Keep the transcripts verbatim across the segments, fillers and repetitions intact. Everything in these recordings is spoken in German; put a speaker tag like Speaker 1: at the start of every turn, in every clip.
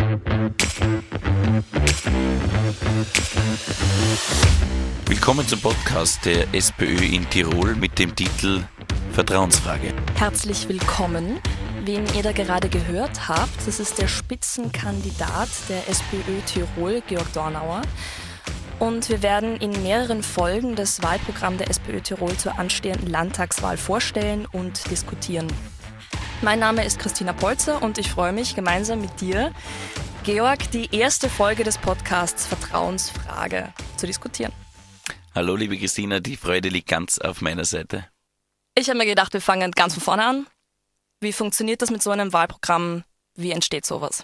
Speaker 1: Willkommen zum Podcast der SPÖ in Tirol mit dem Titel Vertrauensfrage.
Speaker 2: Herzlich willkommen. Wen ihr da gerade gehört habt, das ist der Spitzenkandidat der SPÖ Tirol, Georg Dornauer. Und wir werden in mehreren Folgen das Wahlprogramm der SPÖ Tirol zur anstehenden Landtagswahl vorstellen und diskutieren. Mein Name ist Christina Polzer und ich freue mich, gemeinsam mit dir, Georg, die erste Folge des Podcasts Vertrauensfrage zu diskutieren.
Speaker 1: Hallo liebe Christina, die Freude liegt ganz auf meiner Seite.
Speaker 2: Ich habe mir gedacht, wir fangen ganz von vorne an. Wie funktioniert das mit so einem Wahlprogramm? Wie entsteht sowas?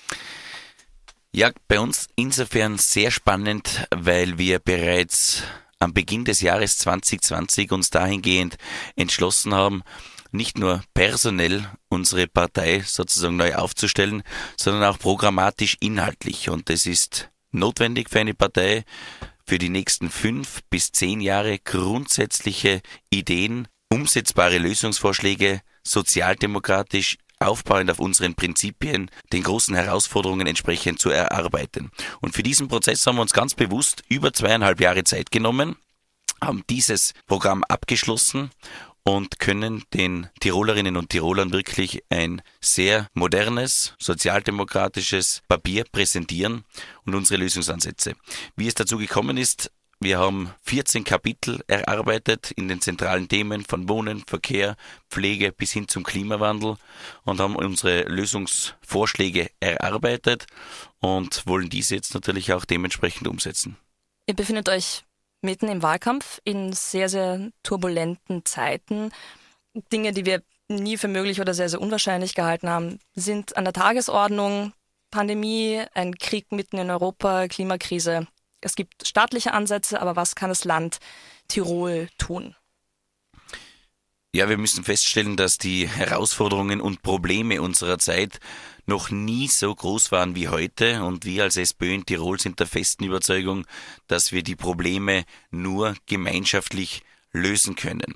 Speaker 1: Ja, bei uns insofern sehr spannend, weil wir bereits am Beginn des Jahres zwanzig zwanzig uns dahingehend entschlossen haben, nicht nur personell unsere Partei sozusagen neu aufzustellen, sondern auch programmatisch inhaltlich. Und es ist notwendig für eine Partei, für die nächsten fünf bis zehn Jahre grundsätzliche Ideen, umsetzbare Lösungsvorschläge, sozialdemokratisch, aufbauend auf unseren Prinzipien, den großen Herausforderungen entsprechend zu erarbeiten. Und für diesen Prozess haben wir uns ganz bewusst über zweieinhalb Jahre Zeit genommen, haben dieses Programm abgeschlossen und können den Tirolerinnen und Tirolern wirklich ein sehr modernes, sozialdemokratisches Papier präsentieren und unsere Lösungsansätze. Wie es dazu gekommen ist: Wir haben vierzehn Kapitel erarbeitet in den zentralen Themen von Wohnen, Verkehr, Pflege bis hin zum Klimawandel und haben unsere Lösungsvorschläge erarbeitet und wollen diese jetzt natürlich auch dementsprechend umsetzen.
Speaker 2: Ihr befindet euch mitten im Wahlkampf in sehr, sehr turbulenten Zeiten. Dinge, die wir nie für möglich oder sehr, sehr unwahrscheinlich gehalten haben, sind an der Tagesordnung. Pandemie, ein Krieg mitten in Europa, Klimakrise. Es gibt staatliche Ansätze, aber was kann das Land Tirol tun?
Speaker 1: Ja, wir müssen feststellen, dass die Herausforderungen und Probleme unserer Zeit noch nie so groß waren wie heute. Und wir als SPÖ in Tirol sind der festen Überzeugung, dass wir die Probleme nur gemeinschaftlich lösen können.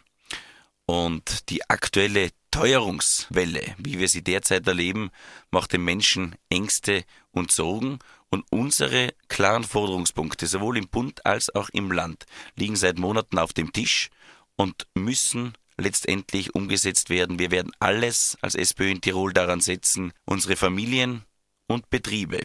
Speaker 1: Und die aktuelle Teuerungswelle, wie wir sie derzeit erleben, macht den Menschen Ängste und Sorgen. Und unsere klaren Forderungspunkte, sowohl im Bund als auch im Land, liegen seit Monaten auf dem Tisch und müssen letztendlich umgesetzt werden. Wir werden alles als SPÖ in Tirol daran setzen, unsere Familien und Betriebe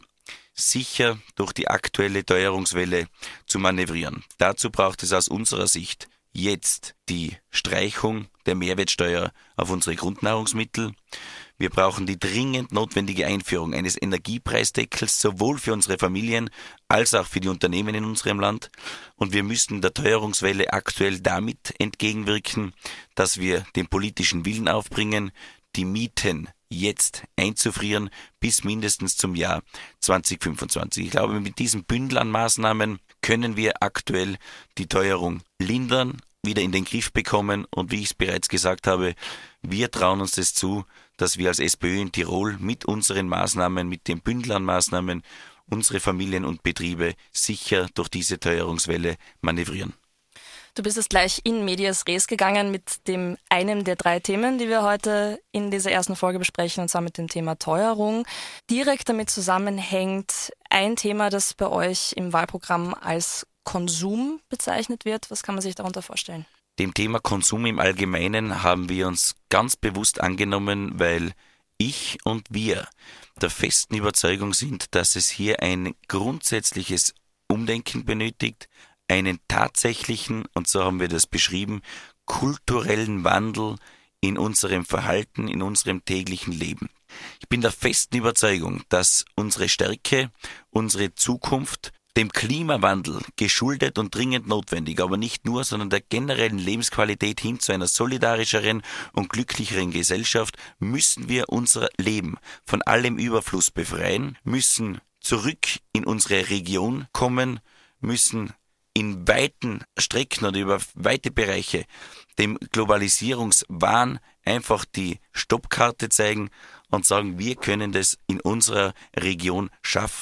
Speaker 1: sicher durch die aktuelle Teuerungswelle zu manövrieren. Dazu braucht es aus unserer Sicht jetzt die Streichung der Mehrwertsteuer auf unsere Grundnahrungsmittel. Wir brauchen die dringend notwendige Einführung eines Energiepreisdeckels sowohl für unsere Familien als auch für die Unternehmen in unserem Land. Und wir müssen der Teuerungswelle aktuell damit entgegenwirken, dass wir den politischen Willen aufbringen, die Mieten jetzt einzufrieren bis mindestens zum Jahr zwanzig fünfundzwanzig. Ich glaube, mit diesem Bündel an Maßnahmen können wir aktuell die Teuerung lindern, wieder in den Griff bekommen und wie ich es bereits gesagt habe, wir trauen uns das zu, dass wir als SPÖ in Tirol mit unseren Maßnahmen, mit dem Bündel an Maßnahmen unsere Familien und Betriebe sicher durch diese Teuerungswelle manövrieren.
Speaker 2: Du bist es gleich in medias res gegangen mit dem einem der drei Themen, die wir heute in dieser ersten Folge besprechen, und zwar mit dem Thema Teuerung. Direkt damit zusammenhängt ein Thema, das bei euch im Wahlprogramm als Konsum bezeichnet wird. Was kann man sich darunter vorstellen?
Speaker 1: Dem Thema Konsum im Allgemeinen haben wir uns ganz bewusst angenommen, weil ich und wir der festen Überzeugung sind, dass es hier ein grundsätzliches Umdenken benötigt, einen tatsächlichen, und so haben wir das beschrieben, kulturellen Wandel in unserem Verhalten, in unserem täglichen Leben. Ich bin der festen Überzeugung, dass unsere Stärke, unsere Zukunft dem Klimawandel geschuldet und dringend notwendig, aber nicht nur, sondern der generellen Lebensqualität hin zu einer solidarischeren und glücklicheren Gesellschaft, müssen wir unser Leben von allem Überfluss befreien, müssen zurück in unsere Region kommen, müssen in weiten Strecken oder über weite Bereiche dem Globalisierungswahn einfach die Stoppkarte zeigen und sagen, wir können das in unserer Region schaffen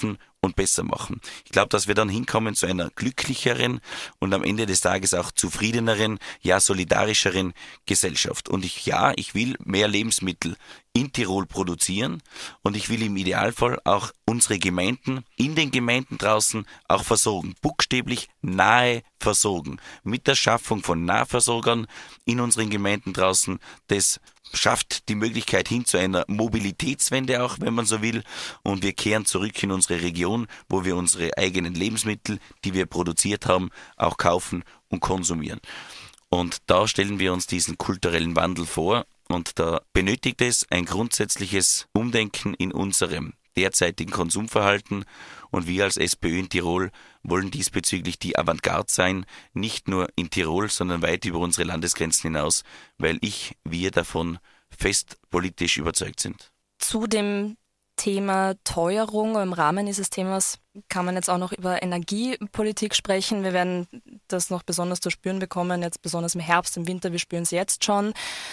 Speaker 1: und besser machen. Ich glaube, dass wir dann hinkommen zu einer glücklicheren und am Ende des Tages auch zufriedeneren, ja solidarischeren Gesellschaft. Und ich, ja, ich will mehr Lebensmittel in Tirol produzieren und ich will im Idealfall auch unsere Gemeinden in den Gemeinden draußen auch versorgen, buchstäblich nahe versorgen. Mit der Schaffung von Nahversorgern in unseren Gemeinden draußen, das schafft die Möglichkeit hin zu einer Mobilitätswende auch, wenn man so will, und wir kehren zurück in unsere Region, wo wir unsere eigenen Lebensmittel, die wir produziert haben, auch kaufen und konsumieren. Und da stellen wir uns diesen kulturellen Wandel vor. Und da benötigt es ein grundsätzliches Umdenken in unserem derzeitigen Konsumverhalten. Und wir als SPÖ in Tirol wollen diesbezüglich die Avantgarde sein, nicht nur in Tirol, sondern weit über unsere Landesgrenzen hinaus, weil ich, wir davon fest politisch überzeugt sind.
Speaker 2: Zu dem Thema Teuerung, im Rahmen dieses Themas kann man jetzt auch noch über Energiepolitik sprechen. Wir werden das noch besonders zu spüren bekommen, jetzt besonders im Herbst, im Winter, wir spüren es jetzt schon.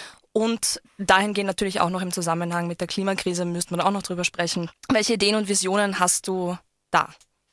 Speaker 2: Und dahingehend natürlich auch noch im Zusammenhang mit der Klimakrise müssten wir auch noch drüber sprechen. Welche Ideen und Visionen hast du da?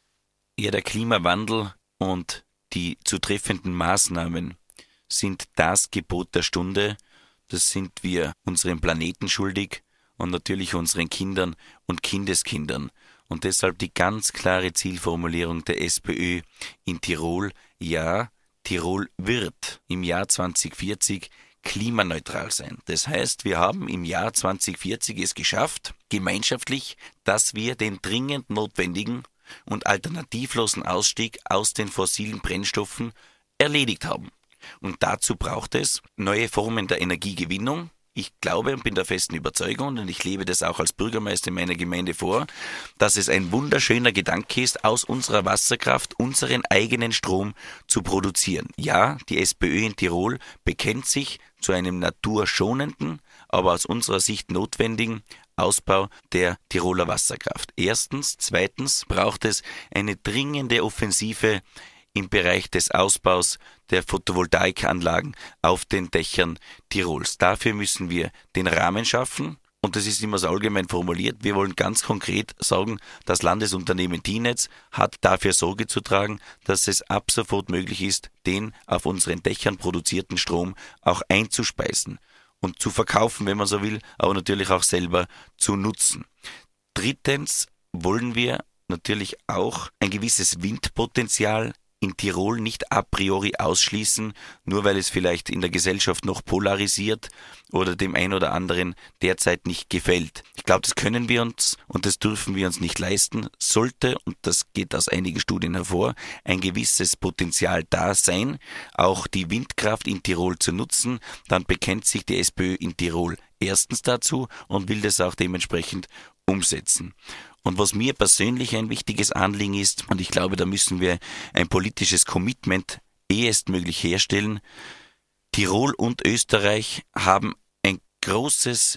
Speaker 1: Ja, der Klimawandel und die zu treffenden Maßnahmen sind das Gebot der Stunde. Das sind wir unserem Planeten schuldig und natürlich unseren Kindern und Kindeskindern. Und deshalb die ganz klare Zielformulierung der SPÖ in Tirol. Ja, Tirol wird im Jahr zwanzig vierzig klimaneutral sein. Das heißt, wir haben im Jahr zwanzig vierzig es geschafft, gemeinschaftlich, dass wir den dringend notwendigen und alternativlosen Ausstieg aus den fossilen Brennstoffen erledigt haben. Und dazu braucht es neue Formen der Energiegewinnung. Ich glaube und bin der festen Überzeugung, und ich lebe das auch als Bürgermeister in meiner Gemeinde vor, dass es ein wunderschöner Gedanke ist, aus unserer Wasserkraft unseren eigenen Strom zu produzieren. Ja, die SPÖ in Tirol bekennt sich zu einem naturschonenden, aber aus unserer Sicht notwendigen Ausbau der Tiroler Wasserkraft. Erstens. Zweitens braucht es eine dringende Offensive im Bereich des Ausbaus der Photovoltaikanlagen auf den Dächern Tirols. Dafür müssen wir den Rahmen schaffen, und das ist immer so allgemein formuliert. Wir wollen ganz konkret sagen, das Landesunternehmen T-Netz hat dafür Sorge zu tragen, dass es ab sofort möglich ist, den auf unseren Dächern produzierten Strom auch einzuspeisen und zu verkaufen, wenn man so will, aber natürlich auch selber zu nutzen. Drittens wollen wir natürlich auch ein gewisses Windpotenzial in Tirol nicht a priori ausschließen, nur weil es vielleicht in der Gesellschaft noch polarisiert oder dem einen oder anderen derzeit nicht gefällt. Ich glaube, das können wir uns und das dürfen wir uns nicht leisten. Sollte, und das geht aus einigen Studien hervor, ein gewisses Potenzial da sein, auch die Windkraft in Tirol zu nutzen, dann bekennt sich die SPÖ in Tirol erstens dazu und will das auch dementsprechend umsetzen. Und was mir persönlich ein wichtiges Anliegen ist, und ich glaube, da müssen wir ein politisches Commitment ehestmöglich herstellen, Tirol und Österreich haben ein großes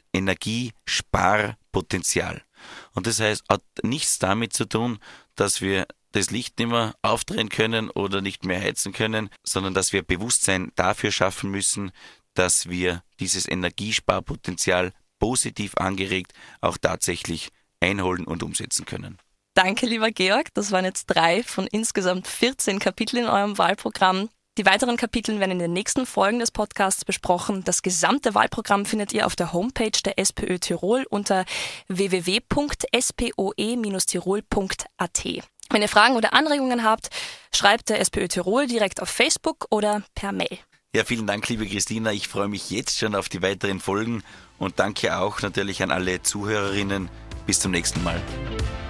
Speaker 1: Energiesparpotenzial. Und das heißt, hat nichts damit zu tun, dass wir das Licht nicht mehr aufdrehen können oder nicht mehr heizen können, sondern dass wir Bewusstsein dafür schaffen müssen, dass wir dieses Energiesparpotenzial positiv angeregt auch tatsächlich einholen und umsetzen können.
Speaker 2: Danke, lieber Georg. Das waren jetzt drei von insgesamt vierzehn Kapiteln in eurem Wahlprogramm. Die weiteren Kapitel werden in den nächsten Folgen des Podcasts besprochen. Das gesamte Wahlprogramm findet ihr auf der Homepage der SPÖ Tirol unter w w w punkt s p o e Bindestrich tirol punkt a t. Wenn ihr Fragen oder Anregungen habt, schreibt der SPÖ Tirol direkt auf Facebook oder per Mail.
Speaker 1: Ja, vielen Dank, liebe Christina. Ich freue mich jetzt schon auf die weiteren Folgen und danke auch natürlich an alle Zuhörerinnen. Bis zum nächsten Mal.